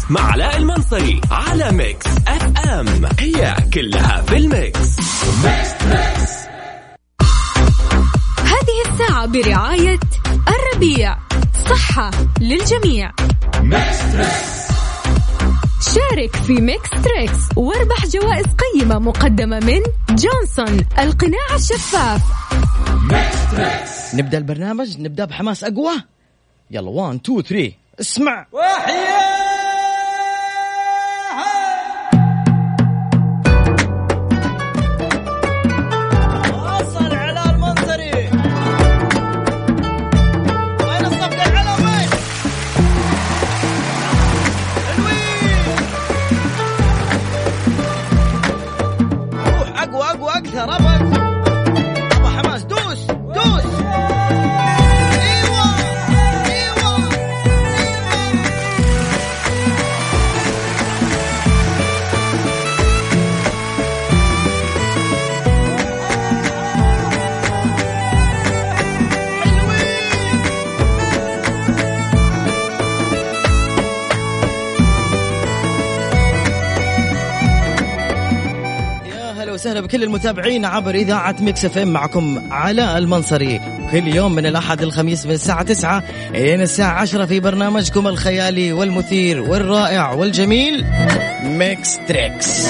مع علاء المنصري على ميكس اف ام. هي كلها في الميكس. هذه الساعة برعاية الربيع، صحة للجميع. شارك في ميكس تريكس واربح جوائز قيمة مقدمة من جونسون القناع الشفاف. نبدأ البرنامج، نبدأ بحماس أقوى. يلا 1 2 3 اسمع. وصل علاء المنصري. وين الصفقة العلا وين؟ روح أقوى أقوى أكثر. أبغى حماس. دوس دوس. وسهلا بكل المتابعين عبر إذاعة ميكس اف ام. معكم علاء المنصري كل يوم من الأحد للخميس من الساعة 9 إلى الساعة 10 في برنامجكم الخيالي والمثير والرائع والجميل ميكس تريكس.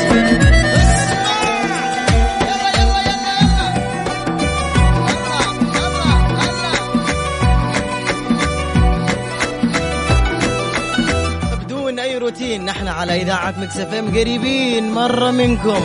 بدون أي روتين نحن على إذاعة ميكس اف ام قريبين مرة منكم.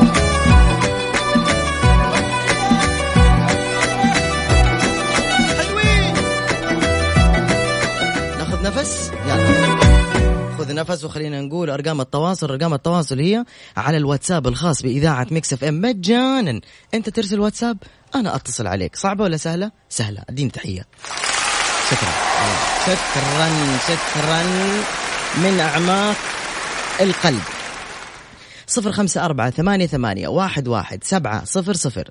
نفس يعني خذ نفس وخلينا نقول أرقام التواصل هي على الواتساب الخاص بإذاعة ميكس اف ام مجانا. أنت ترسل واتساب أنا أتصل عليك. صعبة ولا سهلة؟ سهلة. أديني تحية. شكرا من أعماق القلب. 0548811700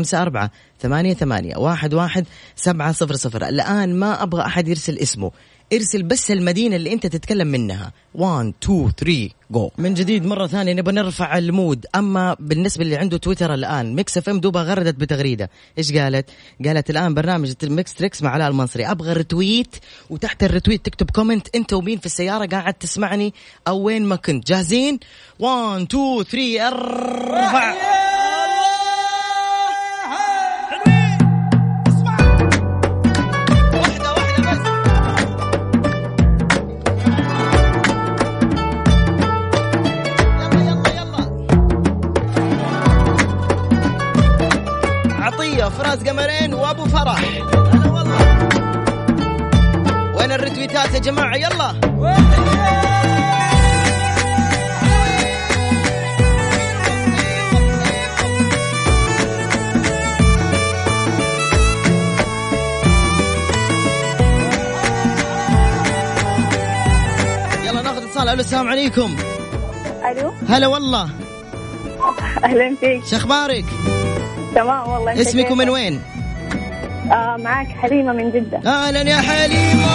0548811700. الآن ما أبغى أحد يرسل اسمه، ارسل بس المدينة اللي أنت تتكلم منها. 1 2 3 جو. من جديد مرة ثانية نبغى نرفع المود. أما بالنسبة اللي عنده تويتر الآن ميكس اف ام دوبها غردت بتغريدة. إيش قالت الآن برنامج الميكس تريكس مع علاء المنصري. أبغى رتويت، وتحت الرتويت تكتب كومنت أنت ومين في السيارة قاعد تسمعني أو وين ما كنت. جاهزين؟ 1 2 3 ارفع. فراس قمرين وابو فرح. انا والله وين الرتويتات يا جماعه؟ يلا يلا ناخذ اتصال. الو السلام عليكم. الو هلا والله. اهلا فيك. شخبارك؟ تمام والله. اسمك ومن وين؟ معك حليمة من جدة. أهلا يا حليمة.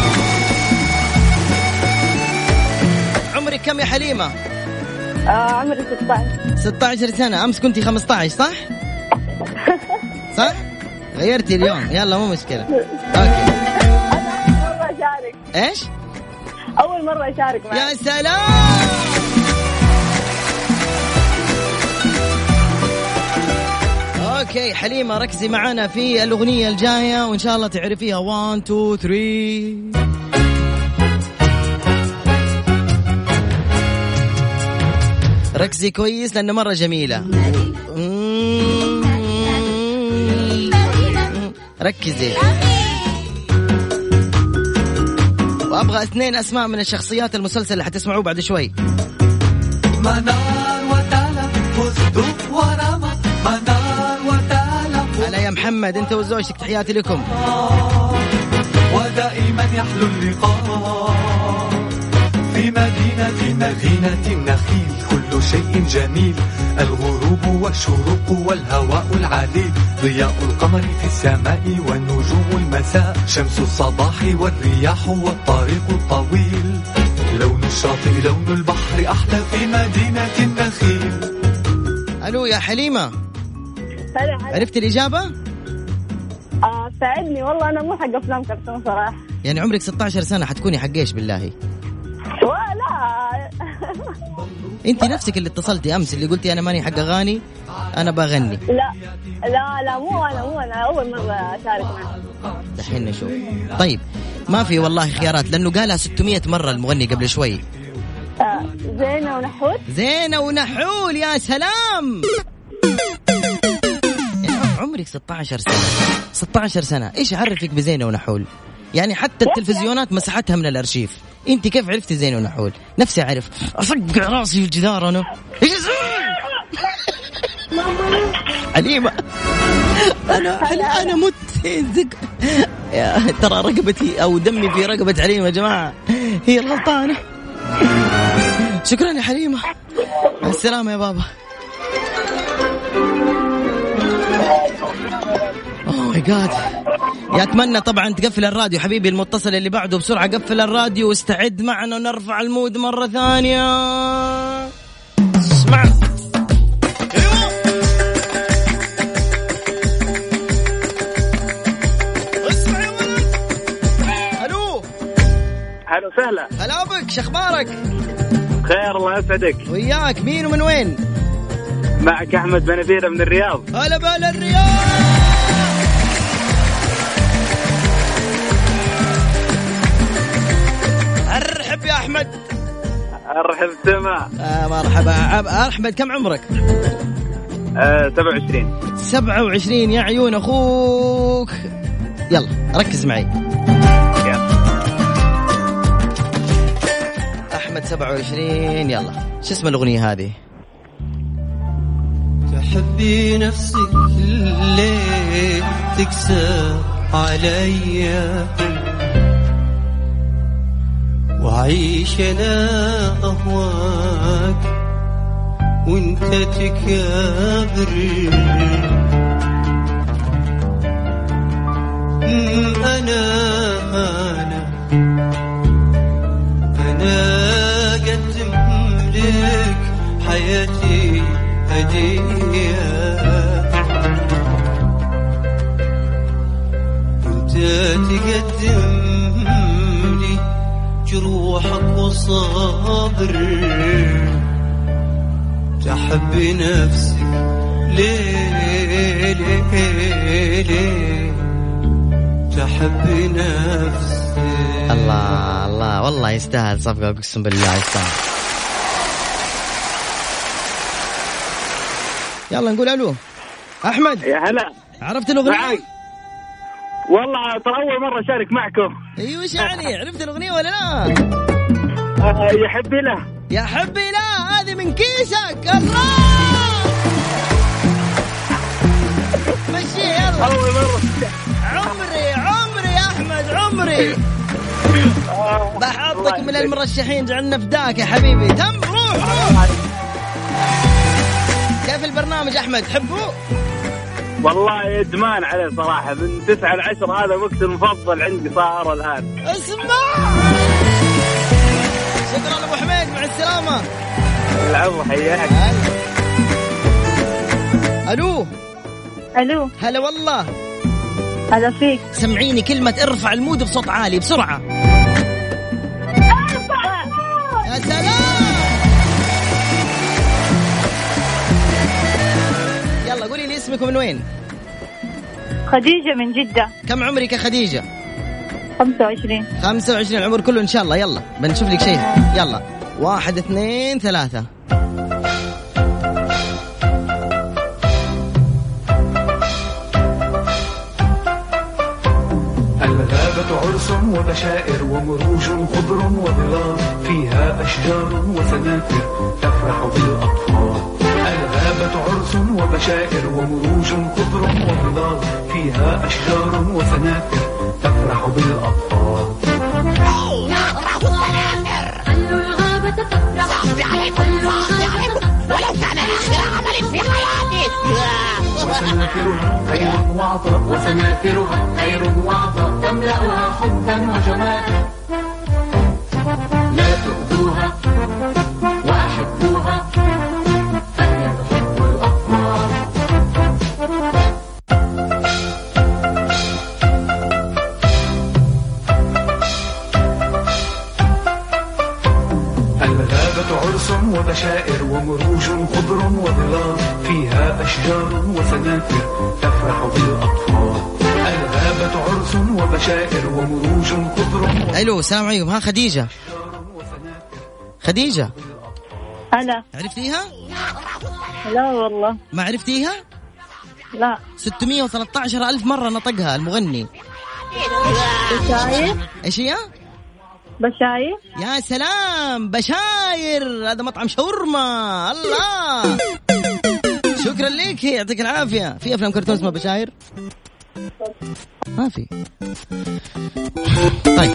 عمرك كم يا حليمة؟ عمري 16 سنة. أمس كنتي 15 صح؟ صح؟ غيرتي اليوم. يلا مو مشكلة. أوكي. أنا أول مرة أشارك. إيش؟ أول مرة أشارك معك. يا سلام. اوكي حليمة ركزي معنا في الأغنية الجاية وإن شاء الله تعرفيها. 1 2 3 ركزي كويس لأنه مرة جميلة. ركزي. وأبغى 2 أسماء من الشخصيات المسلسل اللي حتسمعوه بعد شوي. منار وتالا فستق ورمى. منار وتالا. هلا يا محمد أنت وزوجتك، تحياتي لكم. ودائما يحلو اللقاء في مدينة النخيل. كل شيء جميل، الغروب والشروق والهواء العليل، ضياء القمر في السماء ونجوم المساء، شمس الصباح والرياح والطريق الطويل. لون الشاطئ لون البحر أحلى في مدينة النخيل. ألو يا حليمة، عرفت الإجابة؟ ساعدني والله، أنا مو حق أفلام كرتون صراحة. يعني عمرك 16 سنة حتكوني حق إيش بالله؟ لا انت نفسك اللي اتصلتي امس اللي قلتي انا ماني حق اغاني، انا بغني. لا مو انا اول مره اشارك معك. دحين نشوف. طيب ما في والله خيارات لانه قالها 600 مره المغني قبل شوي. زينة ونحول. زينة ونحول، يا سلام. عمرك 16 سنة، 16 سنة، ايش عرفك بزينة ونحول؟ يعني حتى التلفزيونات مسحتها من الارشيف، انت كيف عرفتي زينة ونحول؟ نفسي اعرف، اصقع راسي في الجدار انا. ايش حليمة انا مت. ترى رقبتي او دمي في رقبة حليمة يا جماعة، هي الغلطانة. شكرا يا حليمة، مع السلامة يا بابا. اوه ماي جاد. يا اتمنى طبعا تقفل الراديو حبيبي. المتصل اللي بعده بسرعة قفل الراديو واستعد معنا ونرفع المود مرة ثانية. اسمع. اسمع يا ولد. الو. هلا وسهلا. هلا بك، شخبارك؟ خير الله يسعدك. وياك، مين ومن وين؟ معك أحمد بنفيرة من الرياض. هلا بهلا الرياض. ارحب يا احمد. ارحب سما. مرحبا احمد، كم عمرك؟ 27. 27 يا عيون اخوك. يلا ركز معي. احمد 27. يلا شو اسم الاغنيه هذه؟ تحبي نفسك ليه تكسر عليا وعيش أنا أهواك وانت تكابر. أنا قدم لك حياتي هدية، انت تقدم لي جروحك وصابر. تحبي نفسك ليه ليه ليه تحبي نفسك. الله الله والله يستاهل صفقة، اقسم بالله يستاهل. يلا نقول الو. احمد يا هلا. عرفت الاغنيه؟ والله ترى اول مره اشارك معكم. ايوه ايش يعني؟ عرفت الاغنيه ولا لا؟ يا حبي له. يا حبي لا، هذه من كيسك. الله مشي يلا. اول مره. عمري يا احمد، عمري بحطك من المرشحين، جعلنا فداك يا حبيبي. تم. روح. كيف البرنامج احمد؟ تحبه؟ والله ادمان عليه صراحه، من 9 ل 10 هذا وقت المفضل عندي صار الان. اسمع. شكرا ابو حميد، مع السلامه. العفو، حياك. الو. هلا والله. هلا فيك. سمعيني كلمه ارفع المود بصوت عالي بسرعه. يا سلام. يلا قولي لي اسمك ومن وين؟ خديجة من جدة. كم عمرك يا خديجة؟ 25. 25 العمر كله إن شاء الله. يلا بنشوف لك شيء. يلا 1 2 3. الغابة عرس وبشائر ومروج خضر وظلال، فيها أشجار وسنافر تفرح بالأطفال. الغابة عرس وبشائر ومروج خضر وظلال، فيها أشجار وسنافر تفرح بالأطفال. خلوا الغابة تفرح، ولو كان آخر عمل في حياتي. وسنافرها خير وعطاء، وسنافرها خير وعطاء، تملأها حبا وجمالا. لا وبشائر ومروج خضر وظلال فيها أشجار وسنافر تفرح بالأطفال. الغابة عرس وبشائر ومروج خضر. ألو السلام عليكم. ها خديجة. خديجة هلا. عرفتيها؟ لا والله ما عرفتيها؟ لا. 613,000 مرة نطقها المغني. بشاير. إيش هي؟ بشاير. يا سلام بشاير، هذا مطعم شاورما. الله شكرا لك، يعطيك العافية. في أفلام كرتون اسمها بشاير؟ ما في. طيب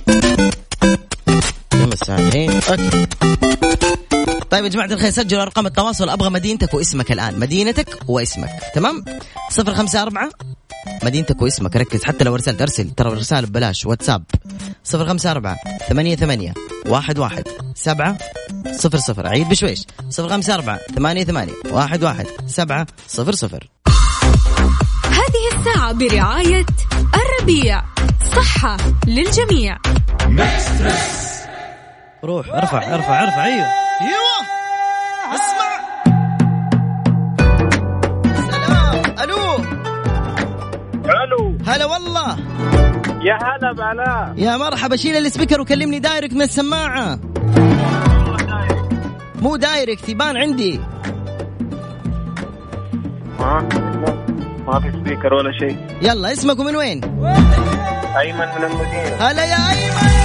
يوم الساعتين. أوكي. طيب يا جماعة الخير سجلوا أرقام التواصل. أبغى مدينتك واسمك الآن، مدينتك واسمك. تمام. 054 مدينتك واسمك. ركز حتى لو أرسلت أرسل، ترى الرسالة ببلاش. واتساب 054 88 11 700. عيد بشويش 054 88 11 700. هذه الساعة برعاية الربيع، صحة للجميع. روح ارفع. ايوه اسمع. سلام. الو هلا والله. يا هلا بلا. يا مرحبا. شيل السبيكر وكلمني دايركت من السماعة. مو دايركت، يبان عندي. ما في سبيكر ولا شيء. يلا اسمك ومن وين؟ أيمن من المدينة. هلا يا أيمن.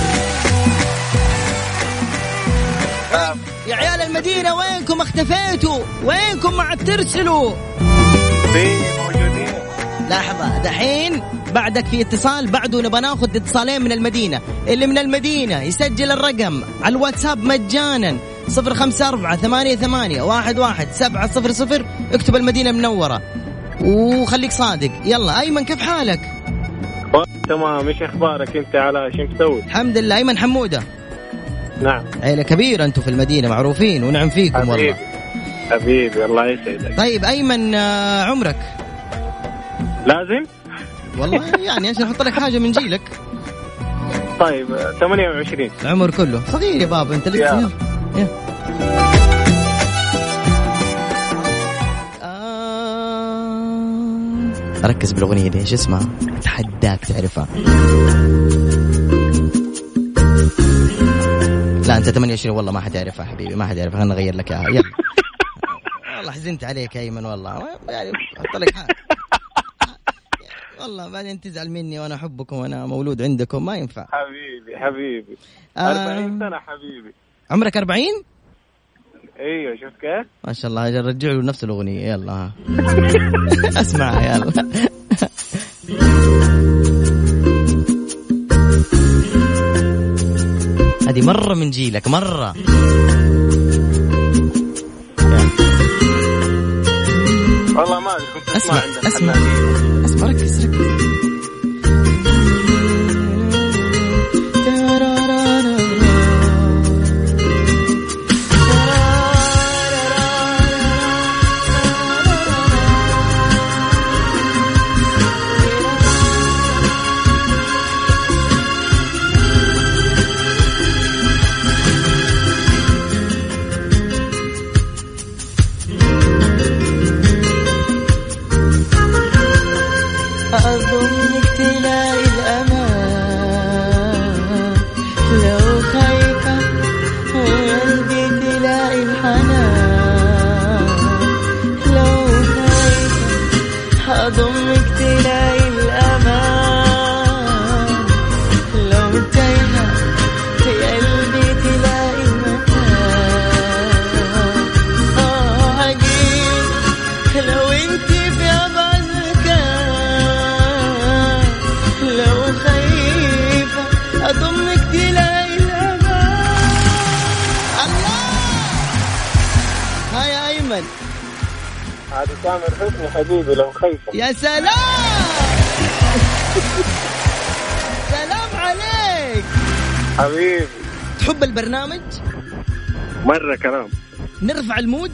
يا عيال المدينة وينكم اختفيتوا؟ وينكم ما عاد ترسلوا؟ موجودين. لحظة دحين بعدك في اتصال، بعده نبغى ناخذ اتصالين من المدينة. اللي من المدينة يسجل الرقم على الواتساب مجانا 054 88 11 700. اكتب المدينة منورة وخليك صادق. يلا أيمن كيف حالك؟ تمام. ايش اخبارك انت علاء؟ شو مسوي؟ الحمد لله. أيمن حمودة. نعم. عيلة كبيرة أنتوا في المدينة، معروفين ونعم فيكم حبيبي. والله. حبيبي الله يسعدك. طيب أيمن عمرك؟ لازم والله يعني عشان نحط لك حاجة من جيلك. طيب 28. العمر كله صغير يا بابا أنت لسه. ركز بالأغنية دي. ايش اسمها؟ أتحداك تعرفها. لا أنت 28 والله ما حد يعرفها حبيبي، ما حد يعرفها. خلنا نغير لك إياها. يلا والله حزنت عليك يا أيمن والله، يعني أحط لك حاجة والله بعدين تزعل مني وأنا أحبكم وأنا مولود عندكم، ما ينفع. حبيبي 40 سنة حبيبي. عمرك 40؟ ايوه شوف كيف ما شاء الله. اجل رجع له نفس الاغنيه. يلا اسمع يلا. هذه مره من جيلك مره. والله ما ادري كنت اسمع ركز أظنك تلاقي الأمان لو خايفة، وقلبي تلاقي الحنان لو خايفة. أظنك تلاقي الأمان لو تايهة، في قلبي تلاقي المكان. هجيب لو انتي في أبعد أضمك تلاقي الأمان. الله. هاي أيمن. هذا تامر حسني حبيبي لو خايفة. يا سلام. سلام عليك حبيبي. تحب البرنامج؟ مرة كلام. نرفع المود.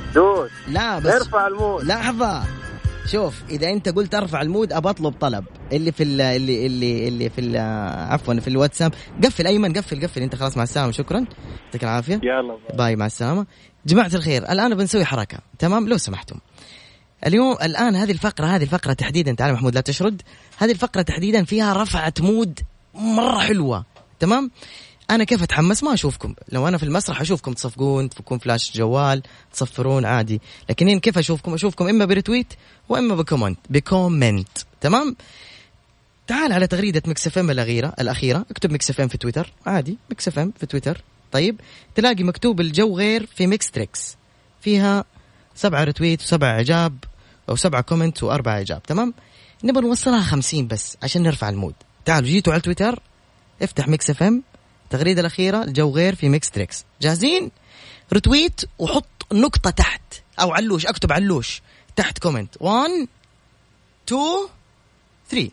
دوس. لا بس نرفع المود. لحظة شوف، إذا أنت قلت أرفع المود أبى أطلب طلب. اللي في اللي في عفوا في الواتساب. قفل أيمن، قفل أنت خلاص، مع السلامة، شكرا، يعطيك العافية، يلا باي، مع السلامة. جماعة الخير، الآن بنسوي حركة، تمام؟ لو سمحتم الآن هذه الفقرة تحديدا، تعال محمود لا تشرد، هذه الفقرة تحديدا فيها رفعة مود مرة حلوة، تمام؟ أنا كيف أتحمس ما أشوفكم، لو أنا في المسرح أشوفكم تصفقون، تفكون فلاش جوال، تصفرون عادي، لكن كيف أشوفكم إما بريتويت وإما بكومنت، تمام؟ تعال على تغريدة ميكس اف ام الأخيرة، اكتب ميكس اف ام في تويتر عادي، ميكس اف ام في تويتر، طيب تلاقي مكتوب الجو غير في ميكس تريكس، فيها 7 ريتويت و7 إعجاب أو 7 كومنت و4 إعجاب، تمام؟ نبغى نوصلها 50 بس عشان نرفع المود. تعالوا جيتوا على تويتر، افتح ميكس اف ام التغريدة الأخيرة الجو غير في ميكس تريكس، جاهزين؟ رتويت وحط نقطة تحت أو علوش، أكتب علوش تحت كومنت 1 2 3.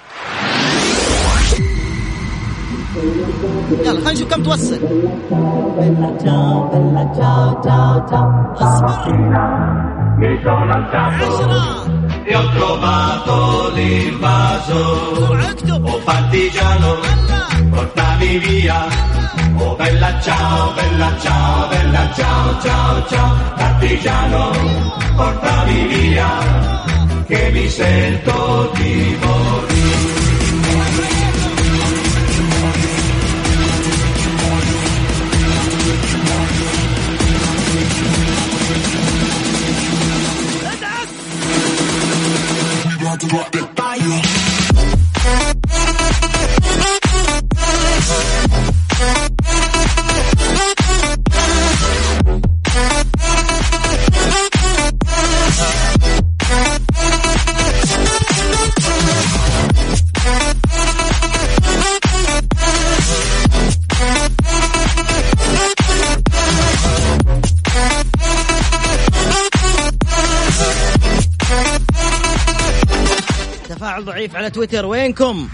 يلا خلينا نشوف كم توصل. أصبر. 10. E ho trovato l'invaso, oh partigiano, portami via, oh bella ciao, bella ciao, bella ciao, ciao, ciao, partigiano, portami via, che mi sento di morire. Drop it by you. تفاعل ضعيف على تويتر، وينكم؟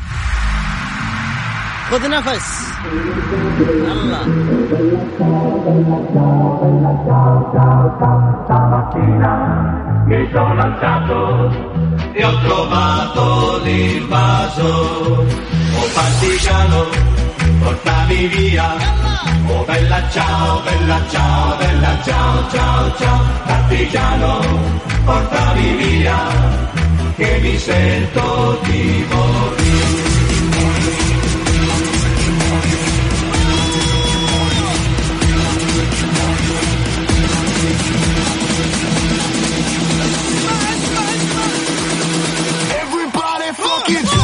خذ نفس. الله. Mi sono alzato e ho trovato l'invaso, oh partigiano, portami via, oh bella ciao, bella ciao, bella ciao, ciao, ciao, partigiano, portami via, che mi sento di morire. Everybody fucking jump.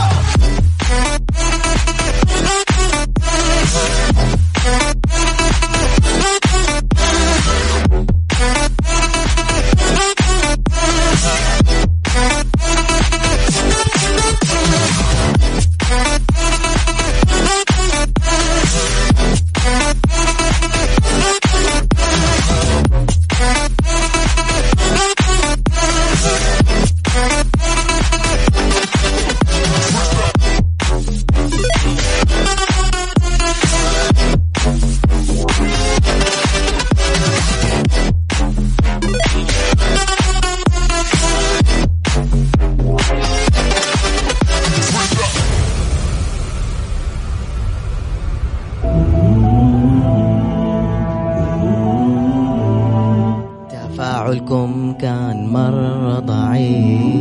تفاعلكم كان مرة ضعيف،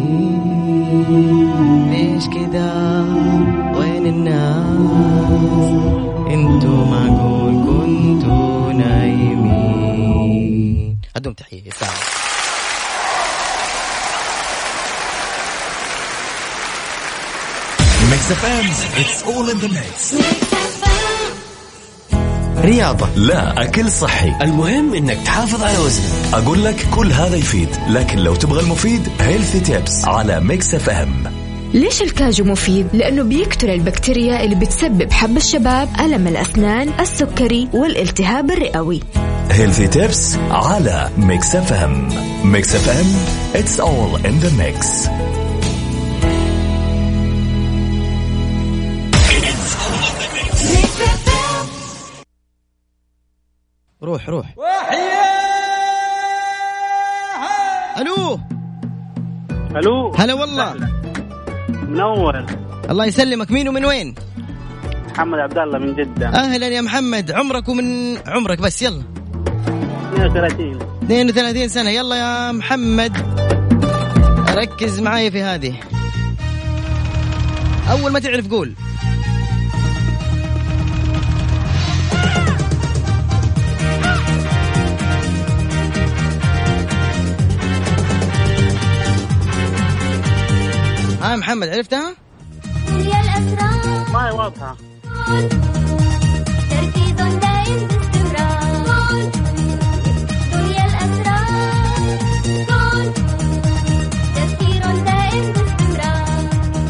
ليش كذا؟ وين الناس؟ انتوا معقول كنتوا نايمين؟ قدم تحية ساعة. Mix FM, it's all in the mix. رياضة، لا أكل صحي، المهم إنك تحافظ على وزنك. أقول لك كل هذا يفيد، لكن لو تبغى المفيد هيلثي تيبس على ميكس اف ام. ليش الكاجو مفيد؟ لأنه بيقتل البكتيريا اللي بتسبب حب الشباب، ألم الأسنان، السكري والالتهاب الرئوي. هيلثي تيبس على ميكس اف ام. ميكس اف ام it's all in the mix. روح الو الو، هلا والله، منور. الله يسلمك. مين ومن وين؟ محمد عبد الله من جدة. أهلا يا محمد. عمرك ومن عمرك بس يلا. 32 سنة. يلا يا محمد ركز معايا في هذه. أول ما تعرف قول. ها محمد عرفتها؟ ما هي واضحة. تركيز دائم باستمرار. دنيا الأسرار. تفكير دائم باستمرار.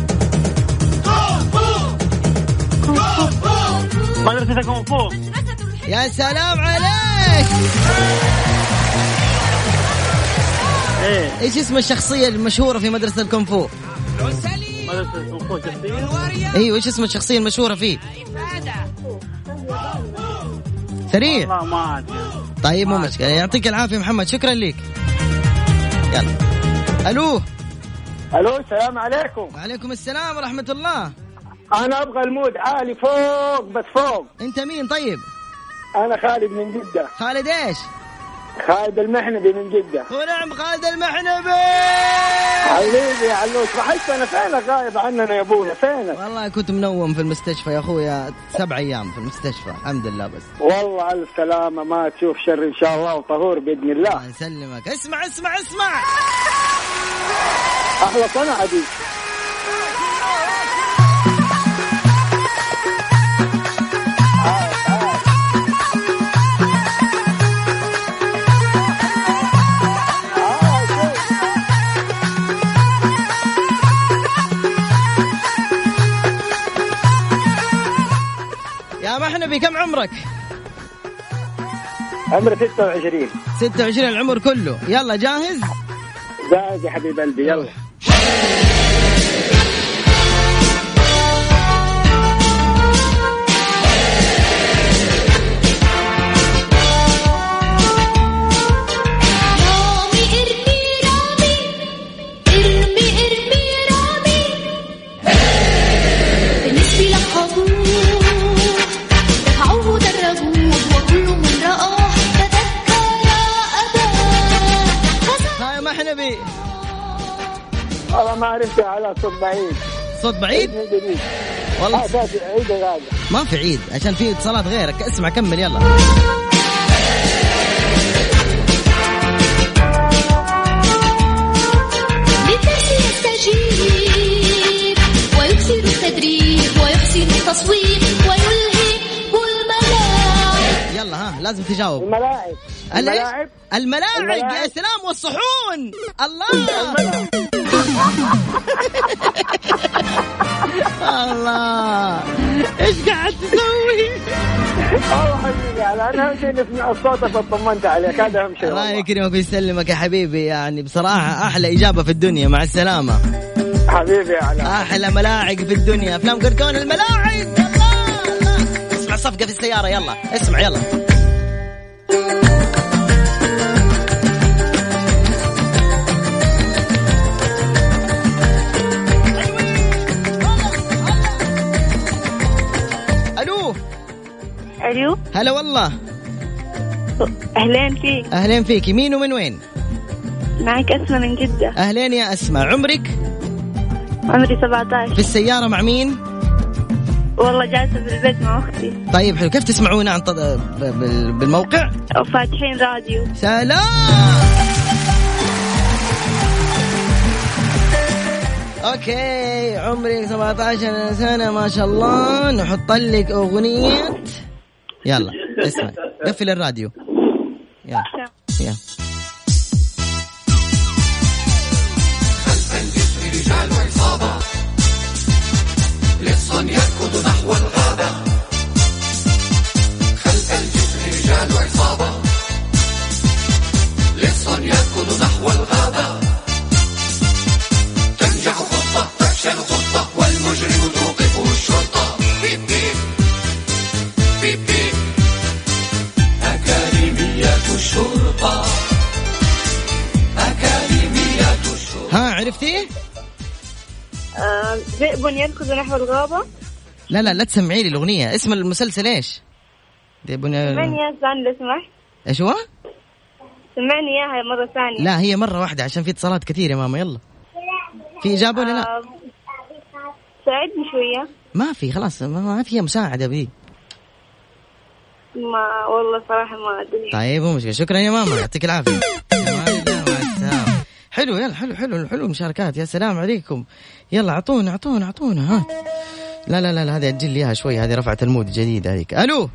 مدرسة كونغ فو. يا سلام عليك. ايش اسم الشخصية المشهورة في مدرسة الكونغ فو؟ مدرسة الكونغ فو شخصية. ايوه ايش اسم الشخصية المشهورة فيه؟ سريع. والله ما أدري. طيب مو مشكلة. يعطيك العافية محمد. شكرا لك. يلا. الو. السلام عليكم. وعليكم السلام ورحمة الله. أنا أبغى المود عالي فوق بس فوق. انت مين طيب؟ أنا خالد من جدة. خالد ايش؟ خالد المحنبي من جدة. ونعم خالد المحنبي. حبيبي يا علوش. وحشت أنا. فينك غايب عننا يا أبونا؟ فينك؟ والله كنت منوم في المستشفى يا أخويا. 7 أيام في المستشفى الحمد لله. بس والله على السلامة. ما تشوف شر إن شاء الله وطهور بإذن الله. الله يسلمك. اسمع اسمع اسمع. أحلى صنعة دي. يا محنبي كم عمرك؟ عمري 26. 26 العمر كله. يلا جاهز؟ جاهز يا حبيب قلبي. يلا. والله ما عرفتها على صوت بعيد. صوت بعيد؟ والله عيد غالي. ما في عيد عشان في اتصالات غيرك. اسمع كمل يلا. بالتأثير يستجيب ويكسر التدريب ويحسن التصوير ويلهي الملاعب. يلا ها لازم تجاوب. الملاعب. يا سلام. والصحون. الله. الله ايش قاعد تسوي؟ والله حبيبي انا اهم شيء نسمع صوتك وطمنت عليك. هذا اهم شيء. الله يكرمك ويسلمك يا حبيبي. يعني بصراحة احلى اجابة في الدنيا. مع السلامة حبيبي يا علاء. احلى ملاعق في الدنيا افلام كرتون الملاعق. الله. اسمع صفقة في السيارة. يلا اسمع يلا. الو. هلا والله. اهلين فيك. اهلين فيك. مين ومن وين؟ معك اسماء من جدة. اهلين يا اسماء. عمرك؟ عمري 17. في السيارة مع مين؟ والله جالسة بالبيت مع اختي. طيب حلو. كيف تسمعونا عن بالموقع؟ فاتحين راديو. سلام. اوكي عمري 17 سنة ما شاء الله. نحط لك اغنية. يلا اسمع. قفل الراديو. يلا يلا. خلف الجسر رجال عصابة لص يركض نحو الغابة. خلف الجسر رجال عصابة لص يركض نحو الغابة. تنجح خطة تفشل خطة والمجرم توقفه الشرطة. بيب بيب بيب بيب. أكاديمية الشرطة. أكاديمية الشرطة. ها عرفتي؟ ذئب يركض نحو الغابة. لا تسمعي لي الأغنية. اسم المسلسل إيش؟ سمعني يا ثاني لو سمحت. إيش هو؟ سمعني إياها مرة ثانية. لا هي مرة واحدة عشان في اتصالات كثير يا ماما. يلا في إجابة ولا لا؟ ساعدني شوية. ما في خلاص ما فيها مساعدة بي. ما والله صراحة ما أدري. طيب مو مشكلة. شكرا يا ماما يعطيك العافية. حلو يلا حلو مشاركات. يا سلام عليكم. يلا عطونا ها. لا هذه أجل لي إياها شوي. هذه رفعت المود جديد هذيك. ألو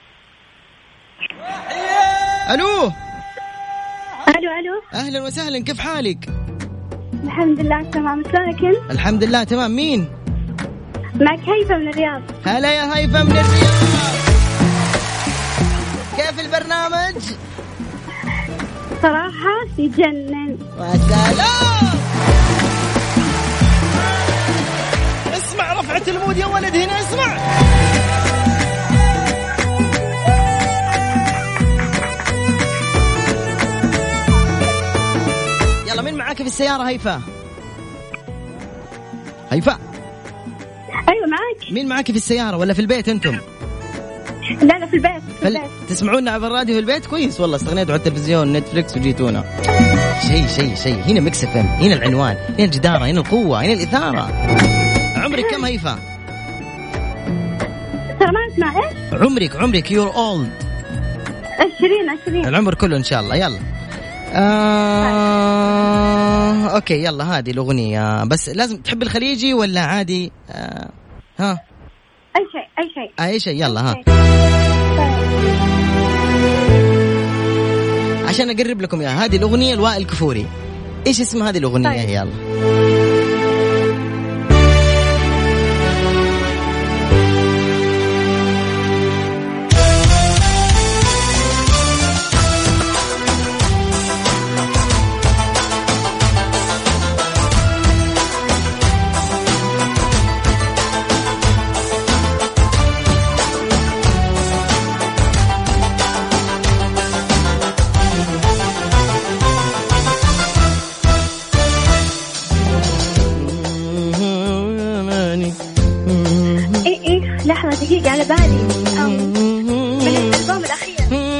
أهلا وسهلا كيف حالك؟ الحمد لله تمام. شلونك انت؟ الحمد لله تمام. مين معك؟ هيفا من الرياض. هلا يا هيفا من الرياض. كيف البرنامج؟ صراحة يجنن. وسلام. اسمع رفعت المود يا ولد هنا. اسمع يلا. مين معاك في السيارة هيفا؟ أيوة معاك. مين معاك في السيارة ولا في البيت أنتم؟ لا في البيت. تسمعونا على الراديو في البيت كويس والله. استغنيتوا على التلفزيون نتفليكس وجيتونا. شيء هنا ميكس اف ام. هنا العنوان، هنا الجدارة، هنا القوة، هنا الإثارة. عمرك كم هيفا؟ ترى ما اسمع ايش؟ عمرك you're old. 20 العمر كله إن شاء الله. يلا أوكي يلا. هذه الأغنية بس لازم تحب الخليجي ولا عادي؟ ها أي شيء يلا. ها عشان أقرب لكم يا هذه الأغنية الوائل كفوري. إيش اسم هذه الأغنية؟ يلا دقيقة على بالي من الألبوم الأخير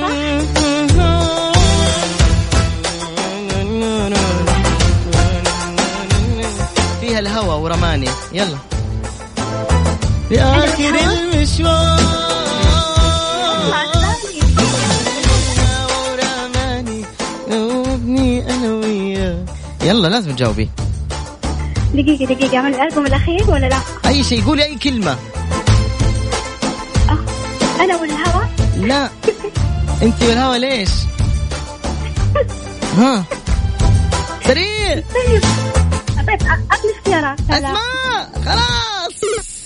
فيها الهوى ورماني. يلا يا آخر المشوار ورماني وابني أنا وياك. يلا لازم تجاوبي. دقيقة من الألبوم الأخير ولا لا؟ أي شيء. قولي أي كلمة. أنا والهوى. لا أنت والهوى. ليش؟ ها سريع. طيب أطلع اختيارات. أسماء خلاص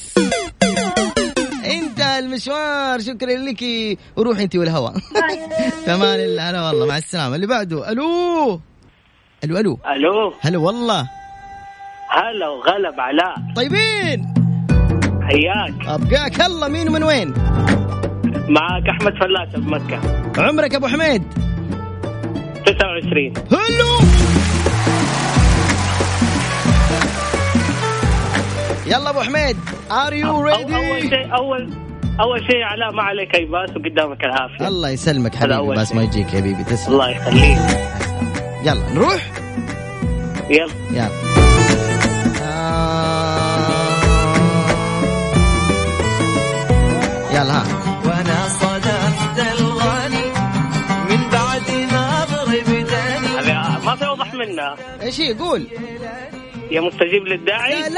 انتهى المشوار. شكرا لك وروحي انت والهوى. كمان الله. هلا والله مع السلامة. اللي بعده. ألو هلا والله. هلا وغلب علاء. طيبين حياك. أبقاك. الله مين ومن وين؟ معك أحمد فلاسة بمكة. عمرك أبو حميد؟ 29. هلو يلا أبو حميد. Are you ready؟ أول شيء علاء ما عليك أي باس وقدامك العافية. الله يسلمك حبيبي. بس ما يجيك يا حبيبي. تسلم. الله يخليك. يلا نروح. يلا يلا ها. وانا صدفت الغالي من بعد ما ضرب داني. ما في أوضح منها. ايش يقول؟ يا مستجيب للداعي. لا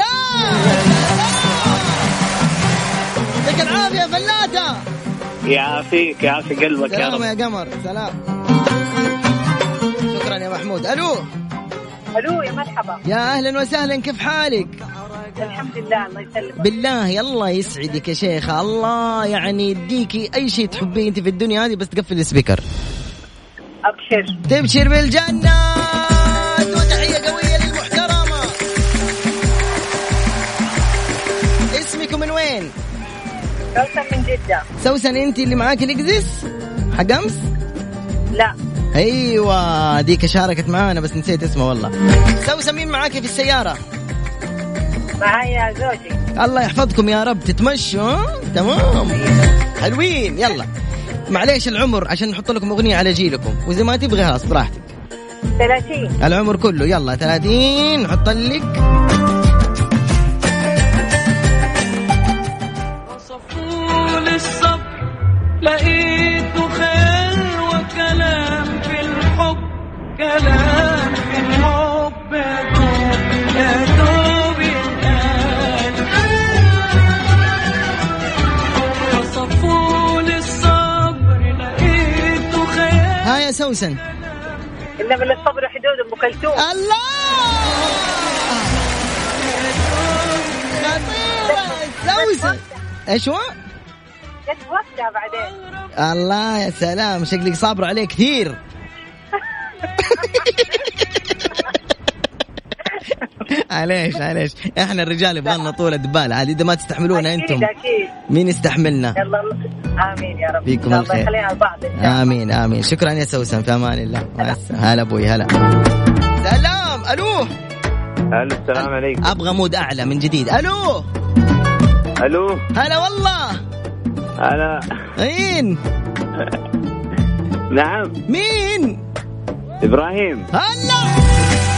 لك العافية فلاتة. يا في قلبك يا رب. سلام يا قمر. سلام. شكرا يا محمود. ألو يا مرحبا. يا أهلا وسهلا كيف حالك؟ الحمد لله الله يسلمك. بالله الله يسعدك يا شيخة. الله يعني يديكي أي شيء تحبيه أنت في الدنيا هذه بس تقفل السبيكر. أبشر. تبشر بالجنة. وتحية قوية للمحترمة. اسمكم من وين؟ سوسن من جدة. سوسن أنت اللي معاك الإكزيس حق أمس؟ لا. أيوة ديك شاركت معانا بس نسيت اسمه والله. سوسن مين معاك في السيارة؟ معايا زوجي. الله يحفظكم يا رب. تتمشوا تمام حلوين. يلا معليش العمر عشان نحط لكم أغنية على جيلكم، وإذا ما تبغي خلاص براحتك. 30 العمر كله. يلا 30 نحط لك. وصفوا للصبر لقيته خير وكلام في الحب، كلام في الحب يا دوب يتقال. وصفوا للصبر لقيته خير. ها يا سوسن. إن من الصبر حدود أم كلثوم. الله خطيرة سوسن. ايش هو؟ جت وقتها بعدين. الله يا سلام، شكلك صابر عليه كثير. علاش احنا الرجال يبغالنا طولة دبال عادي، اذا ما تستحملونا انتم أكيد. مين يستحملنا؟ يلا امين يا رب. فيكم الله الخير. يخلينا لبعض. امين. شكرا يا سوسن، في امان الله. مع السلامة. هلا ابوي هلا. سلام. الو السلام عليكم. ابغى مود اعلى من جديد. الو هلا والله. أنا مين؟ نعم. مين؟ إبراهيم. هلا.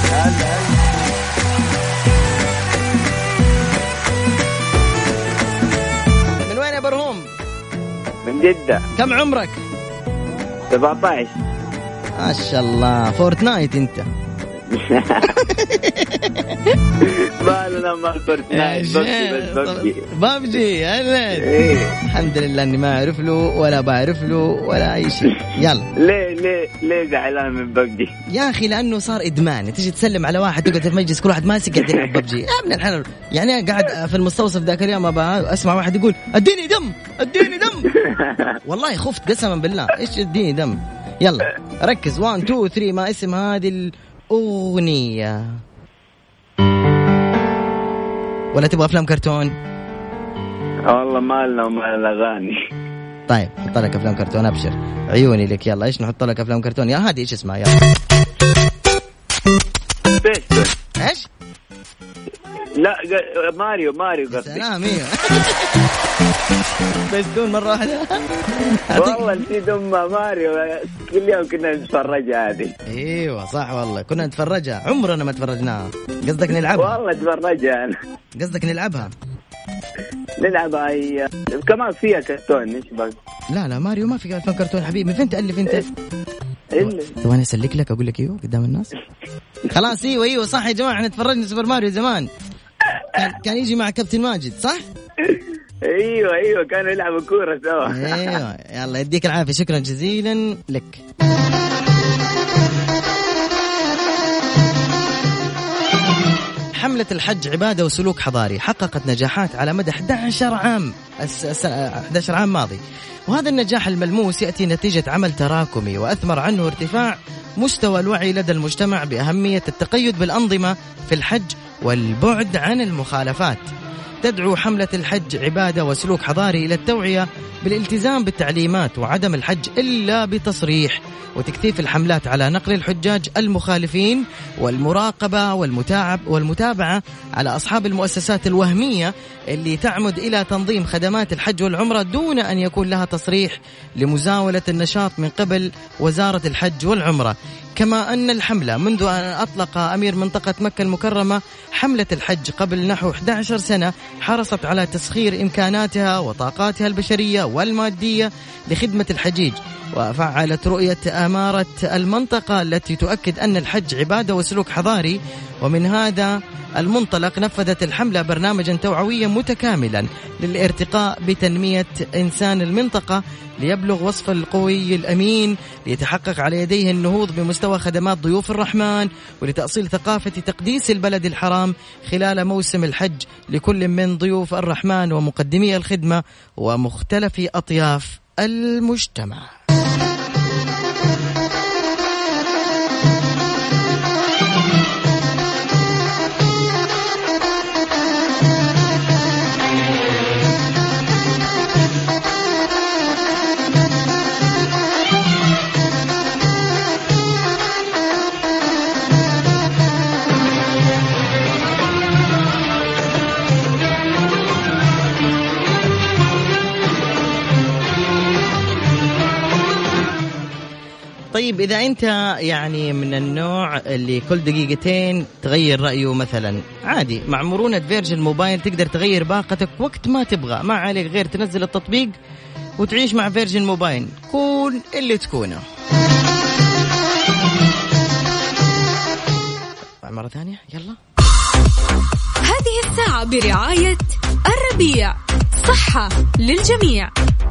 من وين يا برهوم؟ من جدة. كم عمرك؟ 17. ما شاء الله. فورتنايت انت. ما لنا ما فورتنايت. ببجي. الحمد لله اني ما اعرف له ولا بعرف له ولا اي شيء. يلا. ليه زعلان من ببجي يا اخي؟ لانه صار ادمان. تيجي تسلم على واحد تقعد في مجلس كل واحد ماسك قاعد يلعب ببجي. يا ابن الحلال، يعني قاعد في المستوصف ذاك اليوم اسمع واحد يقول اديني دم. والله خفت قسما بالله. ايش اديني دم؟ يلا ركز. 1 2 3. ما اسم هذه الأغنية؟ ولا تبغى أفلام كرتون؟ والله ما لنا وما الأغاني. طيب نحط لك أفلام كرتون. أبشر عيوني لك. يلا إيش نحط لك أفلام كرتون؟ يا هادي إيش اسمها؟ يلا. إيش؟ لا ماريو قصدي. سلام. بس تكون مرة واحدة. والله نسيت ماريو. كل يوم كنا نتفرجها هذه. ايوه صح والله كنا نتفرجها. عمرنا ما تفرجناها. قصدك نلعبها؟ والله تفرجها أنا. قصدك نلعبها هي كمان فيها كرتون. ايش بس؟ لا ماريو ما في أفلام كرتون حبيبي. فين تألف انت؟ ثواني اسلك لك اقول لك ايوه قدام الناس. خلاص ايوه صح يا جماعه. احنا تفرجنا سوبر ماريو زمان. كان يجي مع كابتن ماجد صح؟ ايوه كانوا يلعبوا كوره سوا. ايوه يلا يديك العافيه. شكرا جزيلا لك. حملة الحج عبادة وسلوك حضاري حققت نجاحات على مدى 11 عام 11 عام ماضي، وهذا النجاح الملموس يأتي نتيجة عمل تراكمي وأثمر عنه ارتفاع مستوى الوعي لدى المجتمع بأهمية التقيد بالأنظمة في الحج والبعد عن المخالفات. تدعو حملة الحج عبادة وسلوك حضاري إلى التوعية بالالتزام بالتعليمات وعدم الحج إلا بتصريح، وتكثيف الحملات على نقل الحجاج المخالفين والمراقبة والمتابعة على أصحاب المؤسسات الوهمية اللي تعمد إلى تنظيم خدمات الحج والعمرة دون أن يكون لها تصريح لمزاولة النشاط من قبل وزارة الحج والعمرة. كما أن الحملة منذ أن أطلق أمير منطقة مكة المكرمة حملة الحج قبل نحو 11 سنة حرصت على تسخير إمكاناتها وطاقاتها البشرية والمادية لخدمة الحجيج، وفعلت رؤية أمارة المنطقة التي تؤكد أن الحج عبادة وسلوك حضاري. ومن هذا المنطلق نفذت الحملة برنامجا توعويا متكاملا للارتقاء بتنمية إنسان المنطقة ليبلغ وصف القوي الأمين، ليتحقق على يديه النهوض بمستوى خدمات ضيوف الرحمن، ولتأصيل ثقافة تقديس البلد الحرام خلال موسم الحج لكل من ضيوف الرحمن ومقدمي الخدمة ومختلف أطياف المجتمع. طيب إذا أنت يعني من النوع اللي كل دقيقتين تغير رأيه مثلا، عادي مع مرونة فيرجن موبايل تقدر تغير باقتك وقت ما تبغى، ما عليك غير تنزل التطبيق وتعيش مع فيرجن موبايل، كون اللي تكونه. مرة ثانية يلا. هذه الساعة برعاية الربيع، صحة للجميع.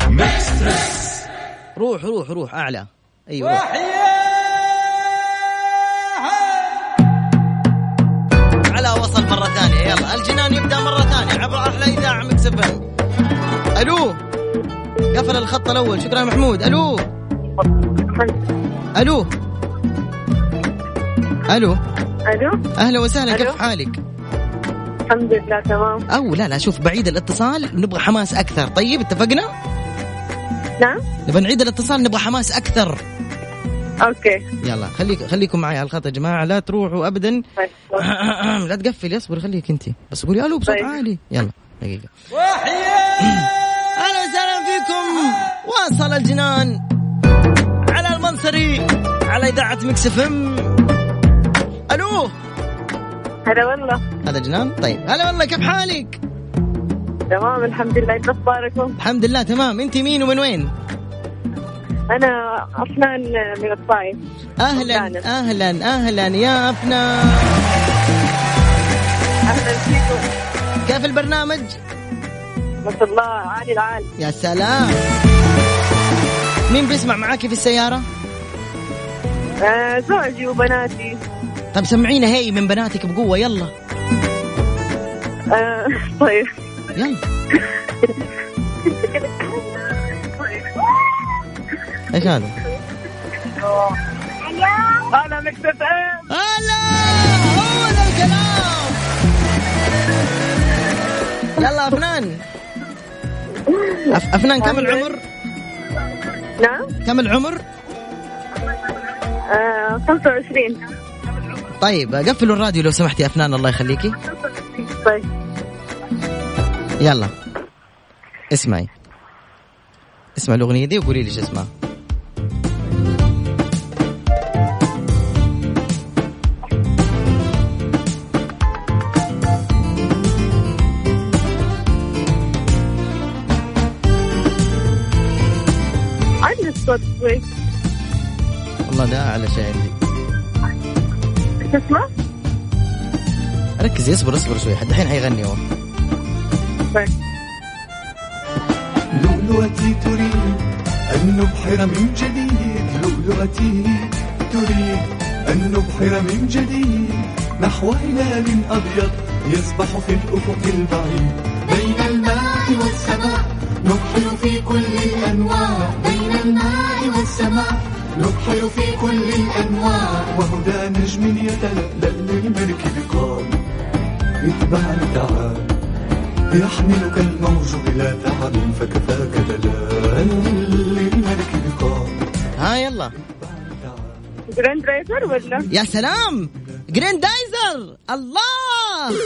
روح روح روح أعلى. أيوة على وصل مرة ثانية. يلا الجنان يبدأ مرة ثانية عبر أحلى إذاعة ميكس اف ام. ألو، قفل الخط الأول. شكرا محمود. ألو ألو ألو ألو، أهلا وسهلا. كيف حالك؟ الحمد لله تمام. أو لا شوف، بعيد الاتصال نبغى حماس أكثر. طيب اتفقنا؟ نعم نبغى نعيد الاتصال، نبغى حماس أكثر. أوكي يلا خليكم معي على الخط يا جماعة، لا تروحوا أبدا. لا تقفل، يصبر خليك أنت بس قولي ألو بصوت عالي. يلا دقيقة. أهلا وسهلا فيكم. واصل الجنان على المنصري على إذاعة ميكس اف ام. ألو هلا والله. هذا جنان. طيب هلا والله، كيف حالك؟ تمام الحمد لله. انت اخباركم؟ الحمد لله تمام. انت مين ومن وين؟ انا افنان من الطائف. اهلا اهلا اهلا يا افنان. اهلا فيكم. كيف البرنامج؟ ما شاء الله عالي العال. يا سلام. مين بيسمع معاكي في السيارة؟ زوجي وبناتي. طب سمعينا هي من بناتك بقوة يلا. طيب يلا. ايش هذا؟ انا ميكس اف ام. هلا هو ذا الكلام. يلا أفنان. أفنان كم العمر؟ نعم كم العمر؟ 25. طيب قفلوا الراديو لو سمحتي يا أفنان الله يخليكي. طيب يلا اسمع الأغنية دي وقولي لي شو اسمها. عندي الصوت شوي. والله ده أعلى شيء عندي. تسمع؟ ركزي. اصبر شوي حد الحين حيغني هو. طيب. لؤلؤتي تريد أن نبحر من جديد، لؤلؤتي تريد أن نبحر من جديد نحو هلال أبيض يسبح في الأفق البعيد، بين الماء والسماء نبحر في كل الأنواع، بين الماء والسماء نبحر في كل الأنواع، وهدى نجم يتلألأ للمركب قال اتبعني تعال يحملك الموج بلا تعب فكفاك دلال للمركب قال. ها يلا. جراندايزر ولا؟ يا سلام جراندايزر. الله.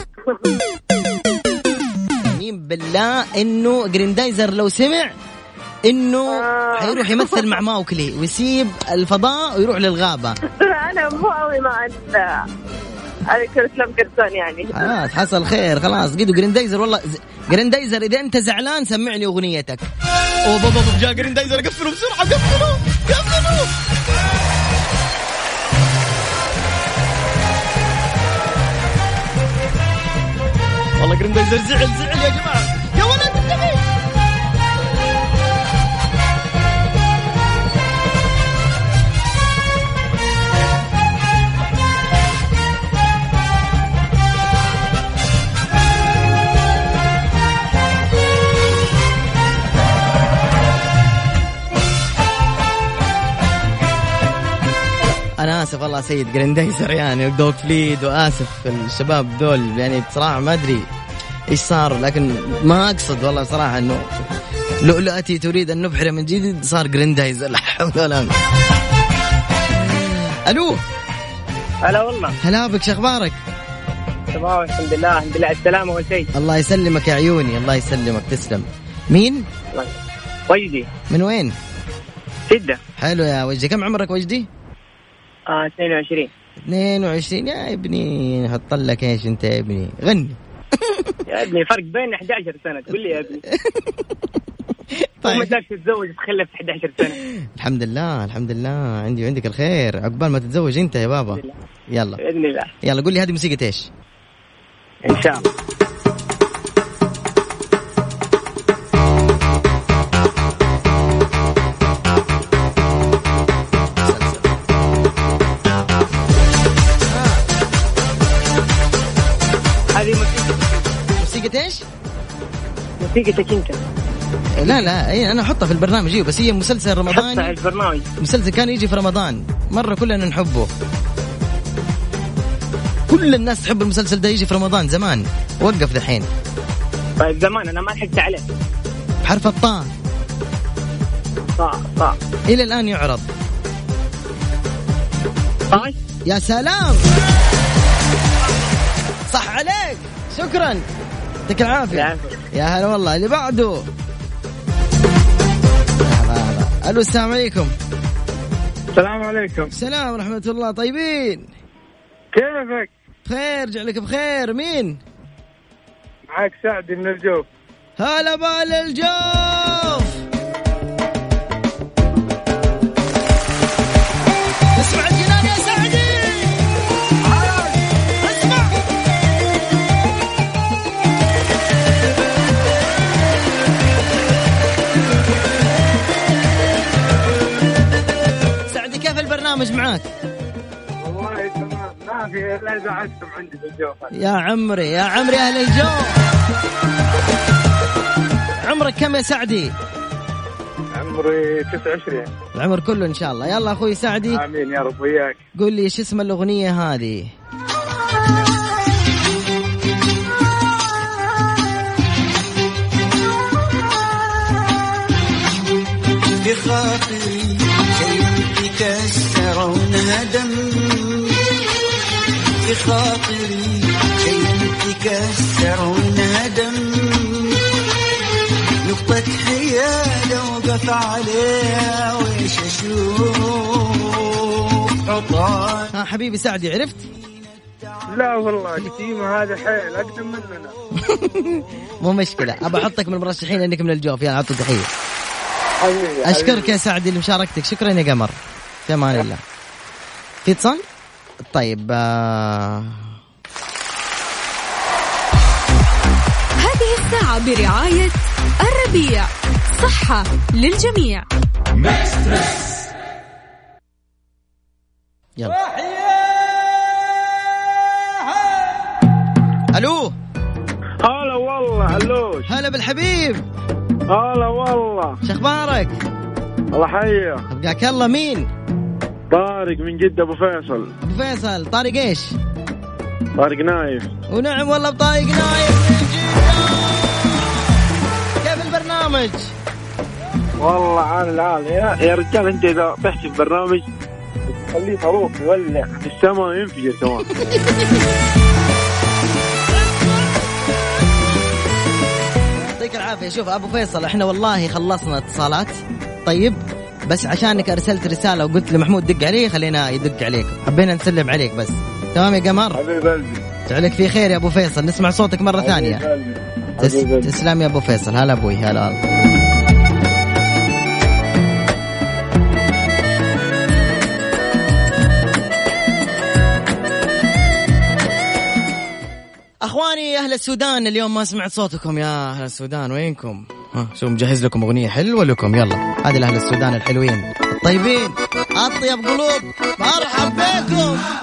مين بالله انه جراندايزر لو سمع انه حيروح يمثل مع ماوكلي ويسيب الفضاء ويروح للغابة. انا مو قوي مع الكرتون كرتون يعني. حصل خير خلاص. قيدوا جراندايزر. والله جراندايزر اذا انت زعلان سمعني اغنيتك. اوه بابا جاء جراندايزر. قفلوا بسرعة قفلوا. والله جراندايزر زعل يا جماعة. يا ولد انتبه. أنا آسف والله سيد جراندايزر يعني دوغ فليد، وآسف الشباب دول يعني بصراحة ما أدري إيش صار، لكن ما أقصد والله صراحة إنه لؤلؤتي تريد أن نبحر من جديد صار جراندايزر. لا حول ولا قوة. ألو. هلا والله. هلا بك، شو أخبارك؟ تمام الحمد لله. الحمد لله السلامة أول شيء. الله يسلمك يا عيوني. الله يسلمك. تسلم. مين؟ ويدي. من وين؟ جدة. حلو يا وجدي. كم عمرك وجدي؟ 22. 22 يا ابني. حط لك ايش انت يا ابني؟ غني. يا ابني فرق بين 11 سنة تقول لي يا ابني. طيب ما بدك تتزوج تخلف 11 سنة. الحمد لله الحمد لله. عندي وعندك الخير عقبال ما تتزوج انت يا بابا. يلا بإذن الله. يلا قول لي هذه موسيقى ايش؟ ان شاء الله. هذه موسيقى ايش؟ موسيقتك انت. لا انا احطها في البرنامج بس هي مسلسل رمضاني. حطها في البرنامج. مسلسل كان يجي في رمضان مرة كلنا نحبه. كل الناس تحب المسلسل ده يجي في رمضان زمان. وقف دحين. طيب زمان انا ما لحقت عليه. حرف الطاء. طاء الى الان يعرض. طاء. يا سلام صح عليك. شكرا يعطيك العافية. يا هلا والله. اللي بعده. الو السلام عليكم. السلام عليكم. السلام ورحمة الله. طيبين؟ كيفك؟ بخير جعلك بخير. مين معك؟ سعدي من الجوف. هلا بال الجوف. اسمع الجنان يا سعدي. اسمع. سعدي كيف البرنامج معاك؟ والله تمام ما في إلا إذا عدتم عندي في الجوف. يا عمري أهل الجوف. عمرك كم يا سعدي؟ عمري 29. العمر كله إن شاء الله. يلا أخوي سعدي. آمين يا رب وياك. قول لي إيش اسم الأغنية هذه؟ بخاطري شيء يكسرون هدم. بخاطري شيء يكسرون هدم. نقطة حيادة وقف عليها ويش أشوف عطان. حبيبي سعدي عرفت؟ لا والله كتيمة هذا حيل أقدم مننا. مو مشكلة. أبى أحطك من المرشحين لأنك من الجوف. يلا عطوا تحية. أشكرك يا سعدي لمشاركتك. شكرا يا قمر. في أمان الله. في اتصال؟ طيب هذه الساعة برعاية الربيع. صحة للجميع. يلا. ألو. هلا والله. هلوش. هلا بالحبيب. هلا والله. شخبارك؟ الله حيه. حقاك الله. مين؟ طارق من جدة. أبو فيصل. أبو فيصل. طارق إيش؟ طارق نايف. ونعم والله بطارق نايف من جدة. كيف البرنامج؟ والله عال العال يا رجال. انت اذا تحكي في برنامج خليه صاروخ يولع في السماء ينفجر كمان. يعطيك العافية. شوف أبو فيصل احنا والله خلصنا اتصالات. طيب بس عشانك أرسلت رسالة وقلت لمحمود دق عليه خلينا يدق عليك. حبينا نسلم عليك بس. تمام يا قمر. حبيب قلبي. جعلك في خير يا أبو فيصل. نسمع صوتك مرة ثانية. تسلم يا أبو فيصل. هلا أبوي. هلا. أخواني أهل السودان اليوم ما سمعت صوتكم يا أهل السودان. وينكم؟ شو مجهز لكم أغنية حلوة لكم. يلا هذه لأهل السودان الحلوين الطيبين. أطيب قلوب. مرحب بكم.